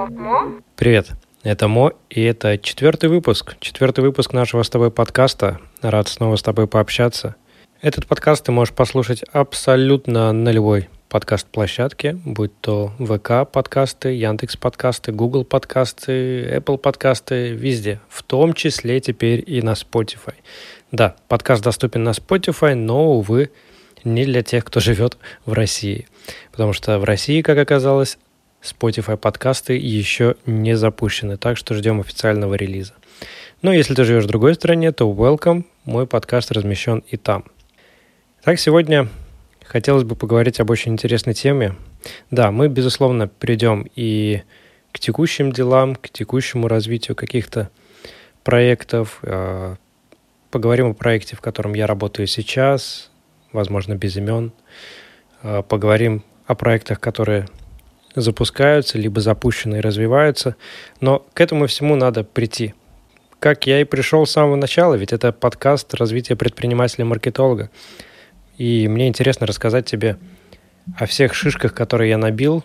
Привет, это Мо, и это четвертый выпуск нашего с тобой подкаста. Рад снова с тобой пообщаться. Этот подкаст ты можешь послушать абсолютно на любой подкаст-площадке, будь то ВК подкасты, Яндекс подкасты, Google подкасты, Apple подкасты, везде, в том числе теперь и на Spotify. Да, подкаст доступен на Spotify, но, увы, не для тех, кто живет в России. Потому что в России, как оказалось, Spotify подкасты еще не запущены, так что ждем официального релиза. Но если ты живешь в другой стране, то welcome, мой подкаст размещен и там. Так, сегодня хотелось бы поговорить об очень интересной теме. Да, мы, безусловно, перейдем и к текущим делам, к текущему развитию каких-то проектов. Поговорим о проекте, в котором я работаю сейчас, возможно, без имен. Поговорим о проектах, которые запускаются, либо запущены и развиваются. Но к этому всему надо прийти. Как я и пришел с самого начала, ведь это подкаст развития предпринимателя-маркетолога. И мне интересно рассказать тебе о всех шишках, которые я набил,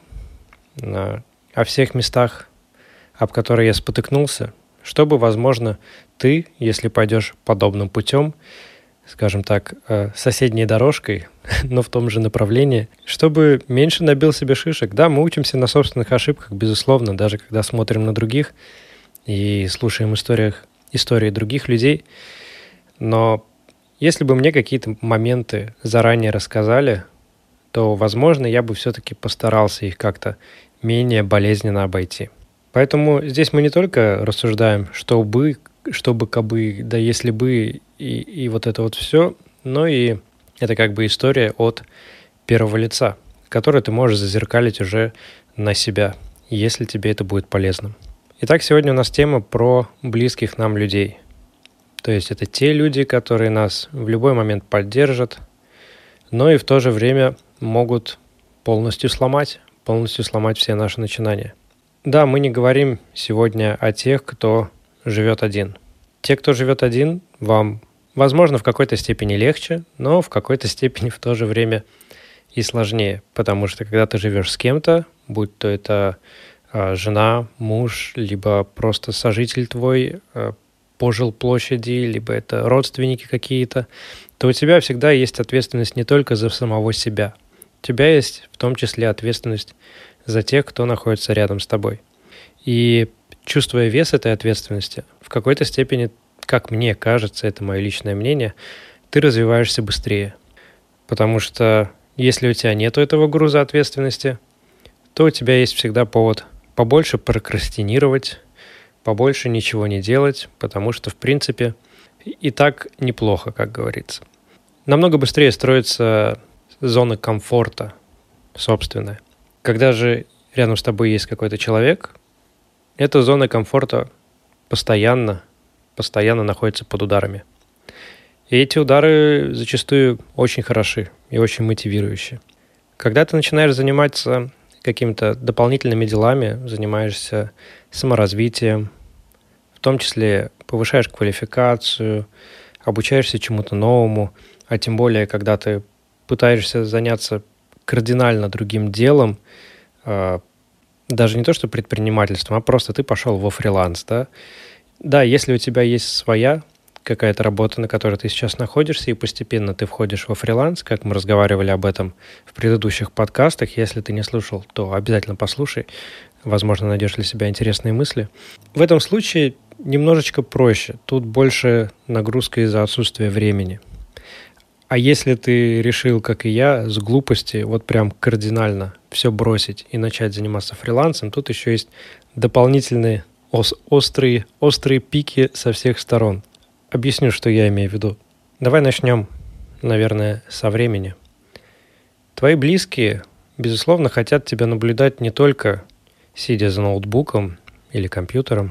о всех местах, об которые я спотыкнулся, чтобы, возможно, ты, если пойдешь подобным путем, скажем так, соседней дорожкой, но в том же направлении, чтобы меньше набил себе шишек. Да, мы учимся на собственных ошибках, безусловно, даже когда смотрим на других и слушаем истории других людей. Но если бы мне какие-то моменты заранее рассказали, то, возможно, я бы все-таки постарался их как-то менее болезненно обойти. Поэтому здесь мы не только рассуждаем, что бы, кабы, да если бы, и вот это вот все, но и это как бы история от первого лица, которую ты можешь зазеркалить уже на себя, если тебе это будет полезным. Итак, сегодня у нас тема про близких нам людей. То есть это те люди, которые нас в любой момент поддержат, но и в то же время могут полностью сломать все наши начинания. Да, мы не говорим сегодня о тех, кто живет один. Те, кто живет один, вам, возможно, в какой-то степени легче, но в какой-то степени в то же время и сложнее. Потому что когда ты живешь с кем-то, будь то это жена, муж, либо просто сожитель твой по жилплощади, либо это родственники какие-то, то у тебя всегда есть ответственность не только за самого себя. У тебя есть в том числе ответственность за тех, кто находится рядом с тобой. И чувствуя вес этой ответственности, в какой-то степени, как мне кажется, это мое личное мнение, ты развиваешься быстрее. Потому что если у тебя нет этого груза ответственности, то у тебя есть всегда повод побольше прокрастинировать, побольше ничего не делать, потому что, в принципе, и так неплохо, как говорится. Намного быстрее строится зона комфорта собственная. Когда же рядом с тобой есть какой-то человек, эта зона комфорта постоянно находится под ударами. И эти удары зачастую очень хороши и очень мотивирующие. Когда ты начинаешь заниматься какими-то дополнительными делами, занимаешься саморазвитием, в том числе повышаешь квалификацию, обучаешься чему-то новому, а тем более, когда ты пытаешься заняться кардинально другим делом, даже не то, что предпринимательством, а просто ты пошел во фриланс, да? Да, если у тебя есть своя какая-то работа, на которой ты сейчас находишься, и постепенно ты входишь во фриланс, как мы разговаривали об этом в предыдущих подкастах. Если ты не слушал, то обязательно послушай. Возможно, найдешь для себя интересные мысли. В этом случае немножечко проще. Тут больше нагрузка из-за отсутствия времени. А если ты решил, как и я, с глупости вот прям кардинально все бросить и начать заниматься фрилансом, тут еще есть дополнительные острые пики со всех сторон. Объясню, что я имею в виду. Давай начнем, наверное, со времени. Твои близкие, безусловно, хотят тебя наблюдать не только сидя за ноутбуком или компьютером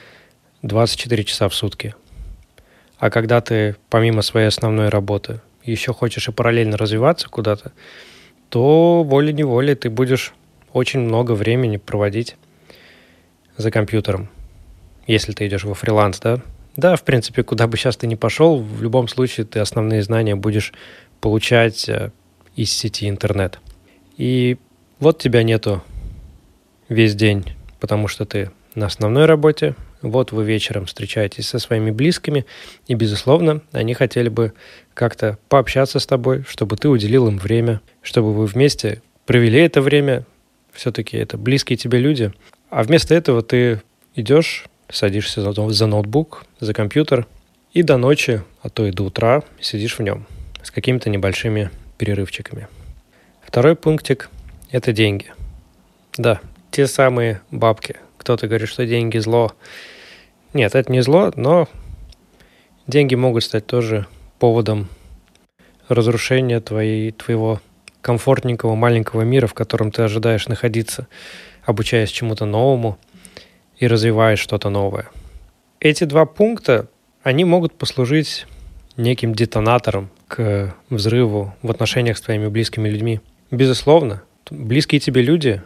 24 часа в сутки, а когда ты помимо своей основной работы еще хочешь и параллельно развиваться куда-то, то волей-неволей ты будешь очень много времени проводить за компьютером, если ты идешь во фриланс, да? Да, в принципе, куда бы сейчас ты ни пошел, в любом случае ты основные знания будешь получать из сети интернет. И вот тебя нету весь день потому что ты на основной работе, вот вы вечером встречаетесь со своими близкими, и, безусловно, они хотели бы как-то пообщаться с тобой, чтобы ты уделил им время, чтобы вы вместе провели это время, все-таки это близкие тебе люди. А вместо этого ты идешь, садишься за ноутбук, за компьютер, и до ночи, а то и до утра сидишь в нем с какими-то небольшими перерывчиками. Второй пунктик – это деньги. Да, те самые бабки. Кто-то говорит, что деньги – зло. Нет, это не зло, но деньги могут стать тоже поводом разрушения твоего комфортненького маленького мира, в котором ты ожидаешь находиться, обучаясь чему-то новому и развивая что-то новое. Эти два пункта, они могут послужить неким детонатором к взрыву в отношениях с твоими близкими людьми. Безусловно, близкие тебе люди,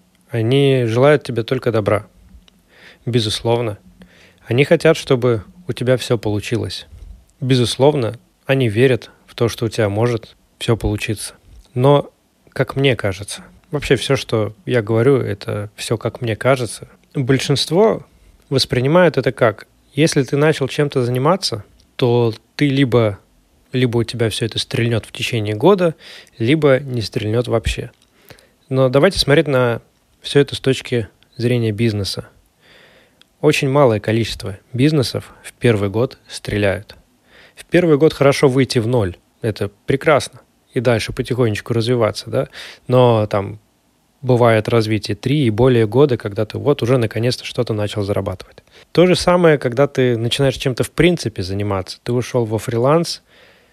они желают тебе только добра. Безусловно, они хотят, чтобы у тебя все получилось. Безусловно, они верят в то, что у тебя может все получиться. Но, как мне кажется, вообще все, что я говорю, это все, как мне кажется. Большинство воспринимают это как: если ты начал чем-то заниматься, то ты либо у тебя все это стрельнет в течение года, либо не стрельнет вообще. Но давайте смотреть на все это с точки зрения бизнеса. Очень малое количество бизнесов в первый год стреляют. В первый год хорошо выйти в ноль. Это прекрасно. И дальше потихонечку развиваться, да. Но там бывает развитие 3 и более года, когда ты вот уже наконец-то что-то начал зарабатывать. То же самое, когда ты начинаешь чем-то в принципе заниматься. Ты ушел во фриланс.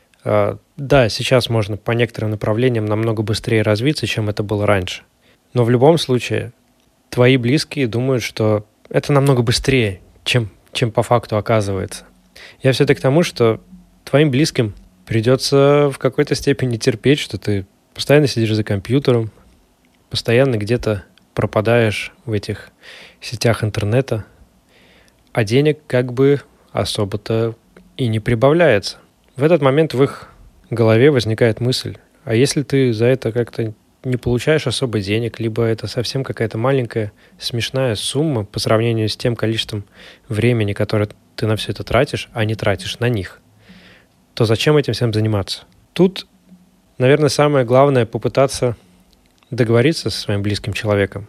Да, сейчас можно по некоторым направлениям намного быстрее развиться, чем это было раньше. Но в любом случае твои близкие думают, что это намного быстрее, чем по факту оказывается. Я все-таки к тому, что твоим близким придется в какой-то степени терпеть, что ты постоянно сидишь за компьютером, постоянно где-то пропадаешь в этих сетях интернета, а денег как бы особо-то и не прибавляется. В этот момент в их голове возникает мысль: а если ты за это как-то не получаешь особо денег, либо это совсем какая-то маленькая смешная сумма по сравнению с тем количеством времени, которое ты на все это тратишь, а не тратишь на них, то зачем этим всем заниматься? Тут, наверное, самое главное — попытаться договориться со своим близким человеком,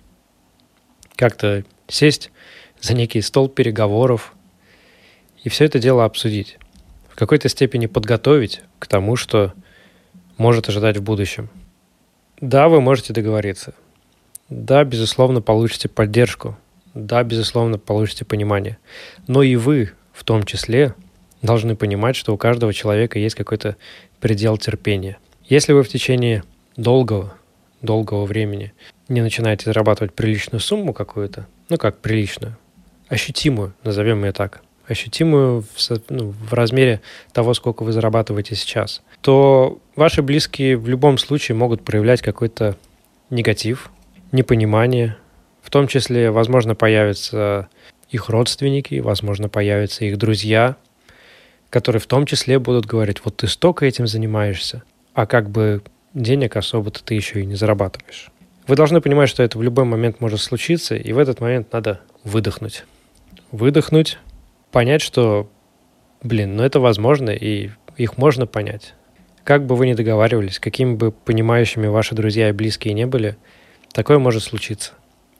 как-то сесть за некий стол переговоров и все это дело обсудить, в какой-то степени подготовить к тому, что может ожидать в будущем. Да, вы можете договориться. Да, безусловно, получите поддержку. Да, безусловно, получите понимание. Но и вы, в том числе, должны понимать, что у каждого человека есть какой-то предел терпения. Если вы в течение долгого времени не начинаете зарабатывать приличную сумму какую-то, как приличную, ощутимую, назовем ее так, ощутимую в размере того, сколько вы зарабатываете сейчас, то ваши близкие в любом случае могут проявлять какой-то негатив, непонимание. В том числе, возможно, появятся их родственники, возможно, появятся их друзья, которые в том числе будут говорить: вот ты столько этим занимаешься, а как бы денег особо-то ты еще и не зарабатываешь. Вы должны понимать, что это в любой момент может случиться, и в этот момент надо выдохнуть. Выдохнуть, понять, что, это возможно, и их можно понять. Как бы вы ни договаривались, какими бы понимающими ваши друзья и близкие не были, такое может случиться.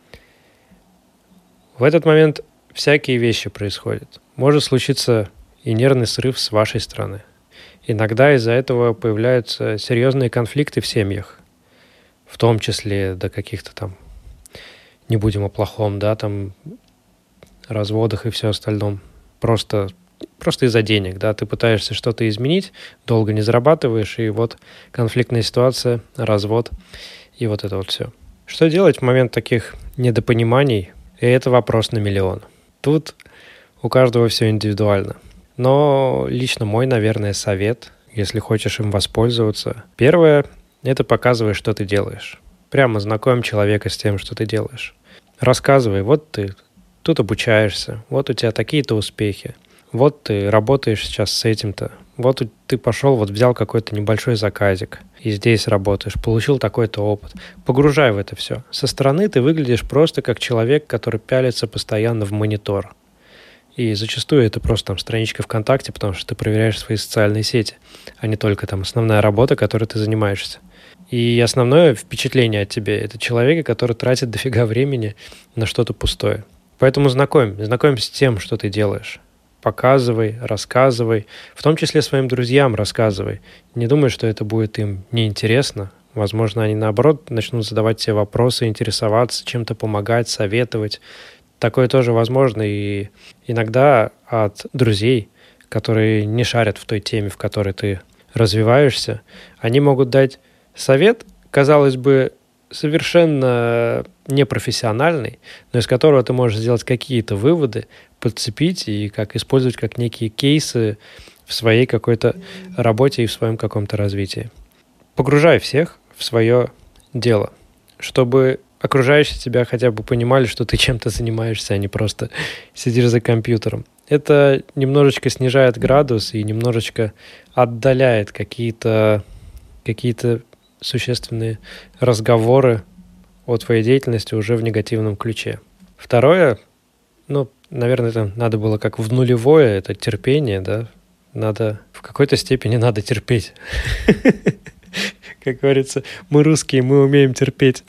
В этот момент всякие вещи происходят. Может случиться и нервный срыв с вашей стороны. Иногда из-за этого появляются серьезные конфликты в семьях, в том числе до каких-то там, не будем о плохом, разводах и все остальном. Просто из-за денег, ты пытаешься что-то изменить, долго не зарабатываешь, и вот конфликтная ситуация, развод, и вот это вот все. Что делать в момент таких недопониманий? И это вопрос на миллион. Тут у каждого все индивидуально. Но лично мой, наверное, совет, если хочешь им воспользоваться. Первое – это показывай, что ты делаешь. Прямо знакомь человека с тем, что ты делаешь. Рассказывай: вот ты тут обучаешься, вот у тебя такие-то успехи, Вот ты работаешь сейчас с этим-то, вот ты пошел, вот взял какой-то небольшой заказик, и здесь работаешь, получил такой-то опыт. Погружай в это все. Со стороны ты выглядишь просто как человек, который пялится постоянно в монитор. И зачастую это просто там страничка ВКонтакте, потому что ты проверяешь свои социальные сети, а не только там основная работа, которой ты занимаешься. И основное впечатление от тебя – это человека, который тратит дофига времени на что-то пустое. Поэтому знакомься с тем, что ты делаешь. Показывай, рассказывай, в том числе своим друзьям рассказывай. Не думай, что это будет им неинтересно. Возможно, они, наоборот, начнут задавать тебе вопросы, интересоваться, чем-то помогать, советовать. Такое тоже возможно. И иногда от друзей, которые не шарят в той теме, в которой ты развиваешься, они могут дать совет, казалось бы, совершенно непрофессиональный, но из которого ты можешь сделать какие-то выводы, подцепить и как использовать как некие кейсы в своей какой-то работе и в своем каком-то развитии. Погружай всех в свое дело, чтобы окружающие тебя хотя бы понимали, что ты чем-то занимаешься, а не просто сидишь за компьютером. Это немножечко снижает градус и немножечко отдаляет какие-то существенные разговоры о твоей деятельности уже в негативном ключе. Второе, наверное, это надо было как в нулевое, это терпение, да, в какой-то степени надо терпеть. Как говорится, мы русские, мы умеем терпеть.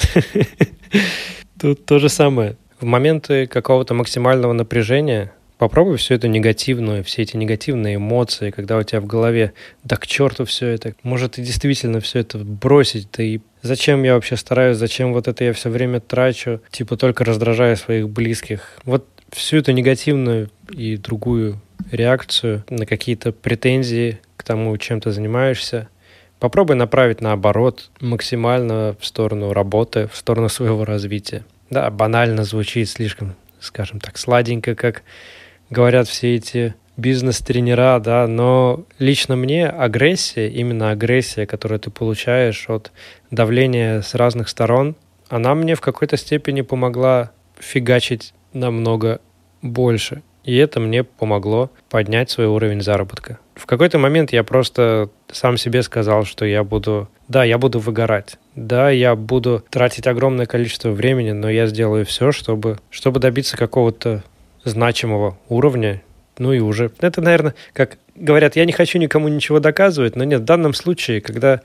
Тут то же самое. В моменты какого-то максимального напряжения попробуй все это негативное, все эти негативные эмоции, когда у тебя в голове, да к черту все это, может и действительно все это бросить, да и зачем я вообще стараюсь, зачем вот это я все время трачу, типа только раздражая своих близких. Вот всю эту негативную и другую реакцию на какие-то претензии к тому, чем ты занимаешься, попробуй направить наоборот, максимально в сторону работы, в сторону своего развития. Да, банально звучит слишком, скажем так, сладенько, как говорят все эти бизнес-тренера, да, но лично мне агрессия, именно агрессия, которую ты получаешь от давления с разных сторон, она мне в какой-то степени помогла фигачить намного больше. И это мне помогло поднять свой уровень заработка. В какой-то момент я просто сам себе сказал, что я буду выгорать. Да, я буду тратить огромное количество времени, но я сделаю все, чтобы добиться какого-то значимого уровня. Ну и уже, это, наверное, как говорят, я не хочу никому ничего доказывать, но нет, в данном случае, когда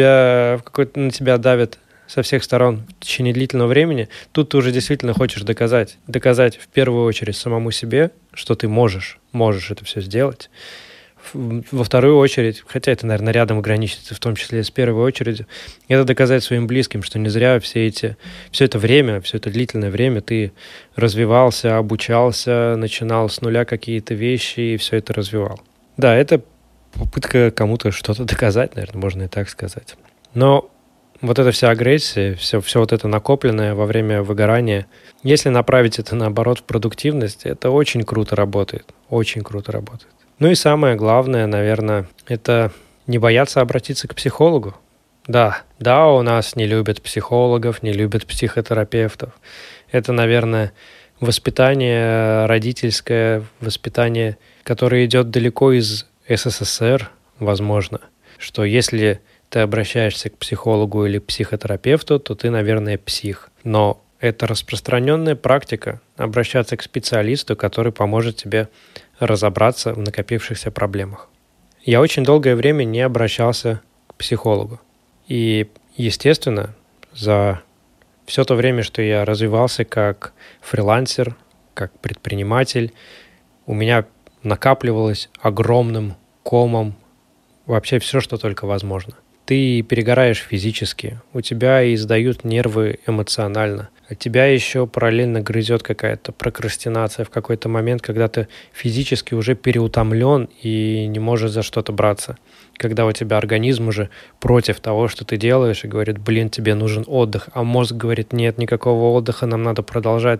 на тебя давят со всех сторон в течение длительного времени, тут ты уже действительно хочешь доказать в первую очередь самому себе, что ты можешь это все сделать. Во вторую очередь, хотя это, наверное, рядом граничится, в том числе с первой очередью, это доказать своим близким, что не зря все это длительное время ты развивался, обучался, начинал с нуля какие-то вещи и все это развивал. Да, это попытка кому-то что-то доказать, наверное, можно и так сказать. Но вот эта вся агрессия, все вот это накопленное во время выгорания, если направить это, наоборот, в продуктивность, это очень круто работает. Очень круто работает. Ну и самое главное, наверное, это не бояться обратиться к психологу. Да, у нас не любят психологов, не любят психотерапевтов. Это, наверное, воспитание родительское, воспитание, которое идет далеко из СССР, возможно, что если ты обращаешься к психологу или психотерапевту, то ты, наверное, псих. Но это распространенная практика обращаться к специалисту, который поможет тебе разобраться в накопившихся проблемах. Я очень долгое время не обращался к психологу. И, естественно, за все то время, что я развивался как фрилансер, как предприниматель, у меня накапливалось огромным комом вообще все, что только возможно. Ты перегораешь физически, у тебя издают нервы эмоционально, от тебя еще параллельно грызет какая-то прокрастинация в какой-то момент, когда ты физически уже переутомлен и не можешь за что-то браться. Когда у тебя организм уже против того, что ты делаешь, и говорит, тебе нужен отдых, а мозг говорит, нет, никакого отдыха, нам надо продолжать.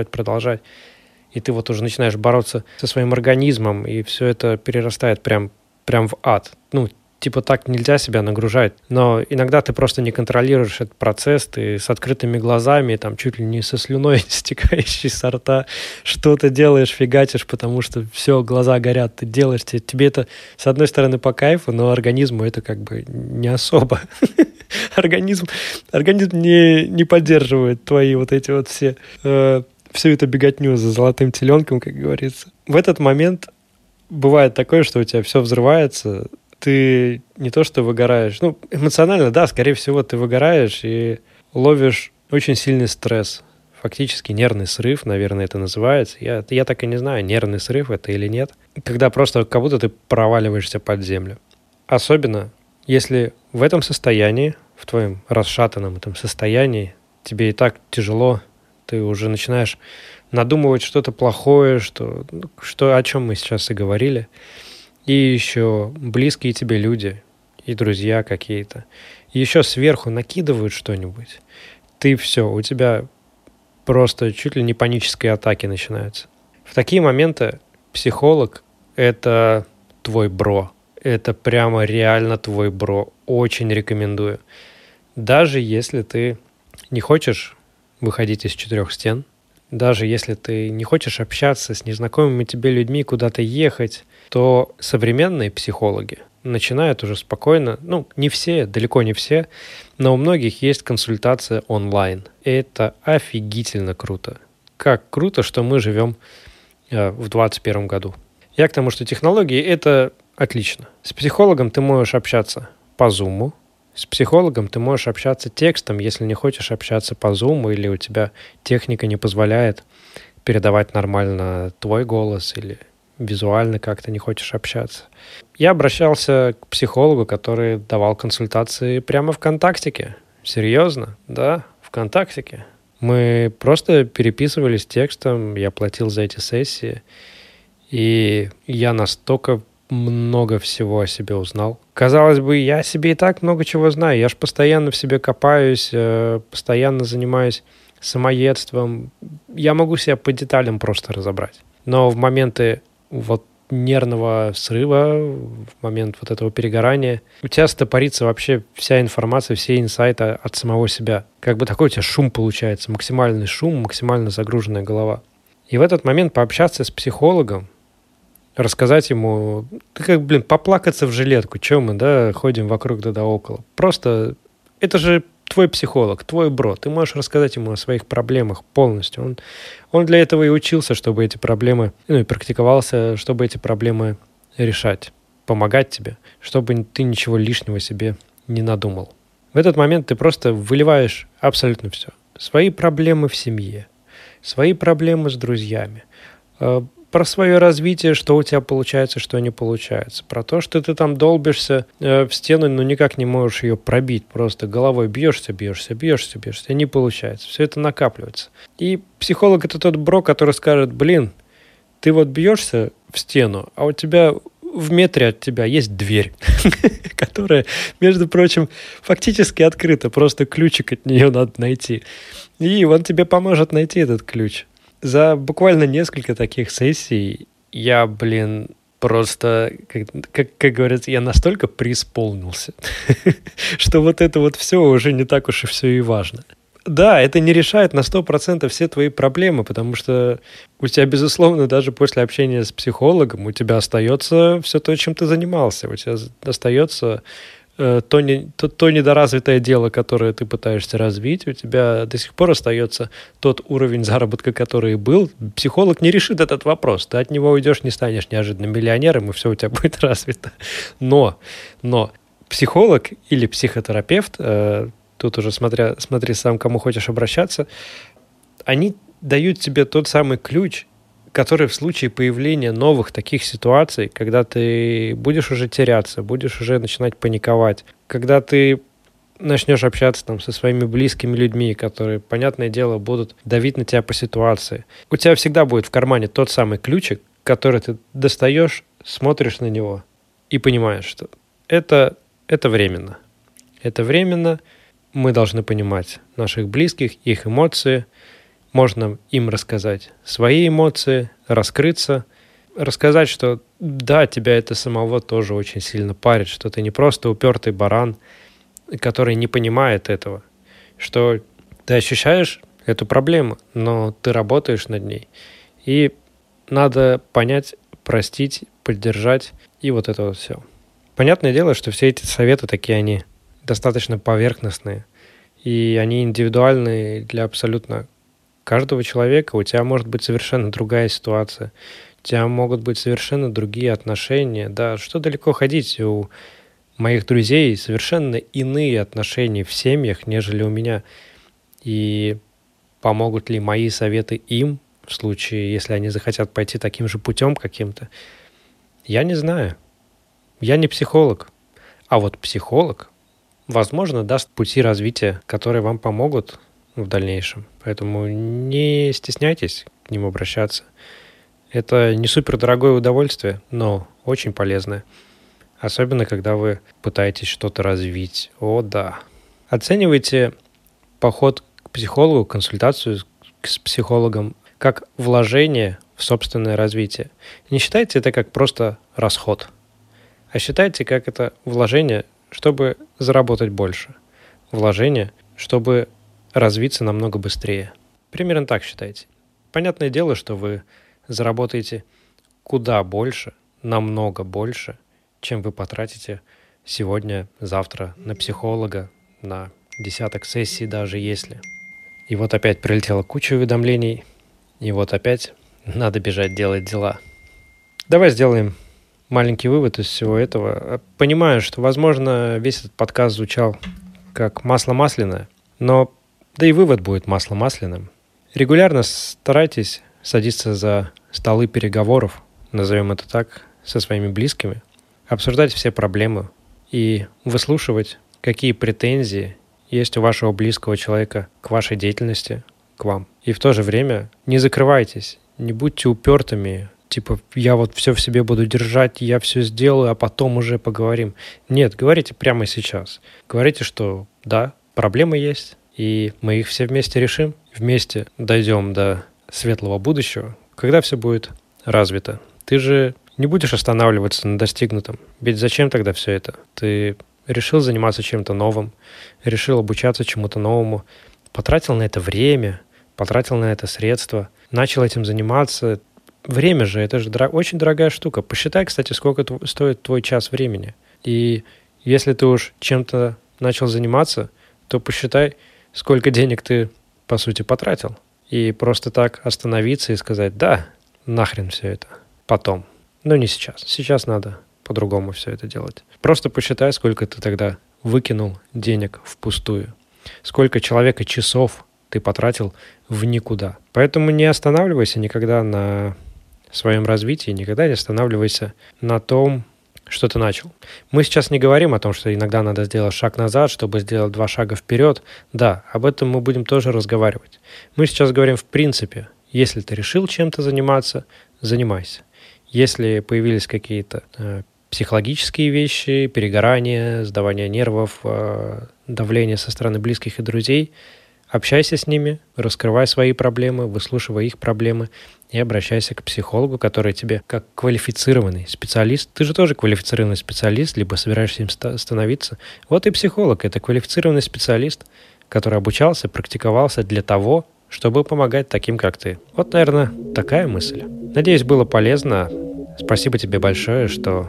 И ты вот уже начинаешь бороться со своим организмом, и все это перерастает прям в ад. типа так нельзя себя нагружать. Но иногда ты просто не контролируешь этот процесс, ты с открытыми глазами, там чуть ли не со слюной стекающей со рта что-то делаешь, фигачишь, потому что все, глаза горят, ты делаешь, тебе это, с одной стороны, по кайфу, но организму это как бы не особо. Организм не поддерживает твои вот эти вот все, всю эту беготню за золотым теленком, как говорится. В этот момент бывает такое, что у тебя все взрывается, ты не то что выгораешь, эмоционально, да, скорее всего, ты выгораешь и ловишь очень сильный стресс. Фактически нервный срыв, наверное, это называется. Я так и не знаю, нервный срыв это или нет. Когда просто как будто ты проваливаешься под землю. Особенно, если в этом состоянии, в твоем расшатанном этом состоянии, тебе и так тяжело, ты уже начинаешь надумывать что-то плохое, о чем мы сейчас и говорили. И еще близкие тебе люди и друзья какие-то. И еще сверху накидывают что-нибудь. Ты все, у тебя просто чуть ли не панические атаки начинаются. В такие моменты психолог – это твой бро. Это прямо реально твой бро. Очень рекомендую. Даже если ты не хочешь выходить из четырех стен, даже если ты не хочешь общаться с незнакомыми тебе людьми, куда-то ехать, то современные психологи начинают уже спокойно, не все, далеко не все, но у многих есть консультация онлайн. И это офигительно круто. Как круто, что мы живем в 2021 году. Я к тому, что технологии – это отлично. С психологом ты можешь общаться по Zoom, с психологом ты можешь общаться текстом, если не хочешь общаться по Zoom, или у тебя техника не позволяет передавать нормально твой голос, или визуально как-то не хочешь общаться. Я обращался к психологу, который давал консультации прямо ВКонтактике. Серьезно? Да, ВКонтактике. Мы просто переписывались текстом, я платил за эти сессии, и я настолько много всего о себе узнал. Казалось бы, я о себе и так много чего знаю. Я ж постоянно в себе копаюсь, постоянно занимаюсь самоедством. Я могу себя по деталям просто разобрать. Но в моменты вот нервного срыва, в момент вот этого перегорания, у тебя стопорится вообще вся информация, все инсайты от самого себя. Как бы такой у тебя шум получается, максимальный шум, максимально загруженная голова. И в этот момент пообщаться с психологом, рассказать ему, поплакаться в жилетку, чем мы, ходим вокруг да около. Просто это же твой психолог, твой бро. Ты можешь рассказать ему о своих проблемах полностью. Он для этого и учился, чтобы эти проблемы, и практиковался, чтобы эти проблемы решать, помогать тебе, чтобы ты ничего лишнего себе не надумал. В этот момент ты просто выливаешь абсолютно все. Свои проблемы в семье, свои проблемы с друзьями, про свое развитие, что у тебя получается, что не получается. Про то, что ты там долбишься в стену, но никак не можешь ее пробить. Просто головой бьешься, не получается. Все это накапливается. И психолог – это тот бро, который скажет, ты вот бьешься в стену, а у тебя в метре от тебя есть дверь, которая, между прочим, фактически открыта. Просто ключик от нее надо найти. И он тебе поможет найти этот ключ. За буквально несколько таких сессий я, просто, как говорится, я настолько преисполнился, что вот это вот все уже не так уж и все и важно. Да, это не решает на 100% все твои проблемы, потому что у тебя, безусловно, даже после общения с психологом, у тебя остается все то, чем ты занимался. У тебя остается то недоразвитое дело, которое ты пытаешься развить, у тебя до сих пор остается тот уровень заработка, который был. Психолог не решит этот вопрос. Ты от него уйдешь, не станешь неожиданно миллионером, и все у тебя будет развито. Но психолог или психотерапевт, тут уже смотри сам, кому хочешь обращаться, они дают тебе тот самый ключ, который в случае появления новых таких ситуаций, когда ты будешь уже теряться, будешь уже начинать паниковать, когда ты начнешь общаться там со своими близкими людьми, которые, понятное дело, будут давить на тебя по ситуации, у тебя всегда будет в кармане тот самый ключик, который ты достаешь, смотришь на него и понимаешь, что это временно. Это временно. Мы должны понимать наших близких, их эмоции. Можно им рассказать свои эмоции, раскрыться, рассказать, что да, тебя это самого тоже очень сильно парит, что ты не просто упертый баран, который не понимает этого, что ты ощущаешь эту проблему, но ты работаешь над ней. И надо понять, простить, поддержать и вот это вот все. Понятное дело, что все эти советы такие, они достаточно поверхностные, и они индивидуальные для абсолютно каждого человека. У тебя может быть совершенно другая ситуация, у тебя могут быть совершенно другие отношения. Да, что далеко ходить, у моих друзей совершенно иные отношения в семьях, нежели у меня. И помогут ли мои советы им, в случае, если они захотят пойти таким же путем каким-то, я не знаю. Я не психолог. А вот психолог, возможно, даст пути развития, которые вам помогут в дальнейшем. Поэтому не стесняйтесь к ним обращаться. Это не супердорогое удовольствие, но очень полезное. Особенно, когда вы пытаетесь что-то развить. О, да. Оценивайте поход к психологу, консультацию с психологом как вложение в собственное развитие. Не считайте это как просто расход, а считайте как это вложение, чтобы заработать больше. Вложение, чтобы развиться намного быстрее. Примерно так считайте. Понятное дело, что вы заработаете куда больше, намного больше, чем вы потратите сегодня, завтра на психолога, на десяток сессий даже если. И вот опять прилетела куча уведомлений, и вот опять надо бежать делать дела. Давай сделаем маленький вывод из всего этого. Понимаю, что, возможно, весь этот подкаст звучал как масло масляное, но да и вывод будет масло масляным. Регулярно старайтесь садиться за столы переговоров, назовем это так, со своими близкими, обсуждать все проблемы и выслушивать, какие претензии есть у вашего близкого человека к вашей деятельности, к вам. И в то же время не закрывайтесь, не будьте упертыми, типа я вот все в себе буду держать, я все сделаю, а потом уже поговорим. Нет, говорите прямо сейчас. Говорите, что да, проблемы есть, и мы их все вместе решим, вместе дойдем до светлого будущего, когда все будет развито. Ты же не будешь останавливаться на достигнутом. Ведь зачем тогда все это? Ты решил заниматься чем-то новым, решил обучаться чему-то новому, потратил на это время, потратил на это средства, начал этим заниматься. Время же, это же очень дорогая штука. Посчитай, кстати, сколько стоит твой час времени. И если ты уж чем-то начал заниматься, то посчитай, сколько денег ты, по сути, потратил. И просто так остановиться и сказать, да, нахрен все это, потом. Но не сейчас. Сейчас надо по-другому все это делать. Просто посчитай, сколько ты тогда выкинул денег впустую. Сколько человека часов ты потратил в никуда. Поэтому не останавливайся никогда на своем развитии, никогда не останавливайся на том, что ты начал. Мы сейчас не говорим о том, что иногда надо сделать шаг назад, чтобы сделать 2 шага вперед. Да, об этом мы будем тоже разговаривать. Мы сейчас говорим в принципе, если ты решил чем-то заниматься, занимайся. Если появились какие-то психологические вещи, перегорание, сдавание нервов, давление со стороны близких и друзей, общайся с ними, раскрывай свои проблемы, выслушивай их проблемы и обращайся к психологу, который тебе как квалифицированный специалист. Ты же тоже квалифицированный специалист, либо собираешься им становиться. Вот и психолог – это квалифицированный специалист, который обучался, практиковался для того, чтобы помогать таким, как ты. Вот, наверное, такая мысль. Надеюсь, было полезно. Спасибо тебе большое, что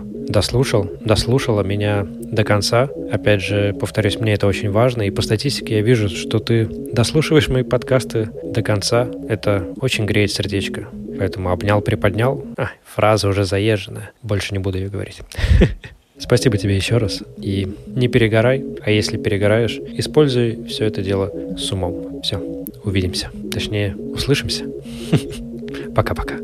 дослушала меня до конца. Опять же, повторюсь, мне это очень важно. И по статистике я вижу, что ты дослушиваешь мои подкасты до конца. Это очень греет сердечко. Поэтому обнял, приподнял. Фраза уже заезженная. Больше не буду ее говорить. Спасибо тебе еще раз. И не перегорай, а если перегораешь, используй все это дело с умом. Все, увидимся. Точнее, услышимся. Пока-пока.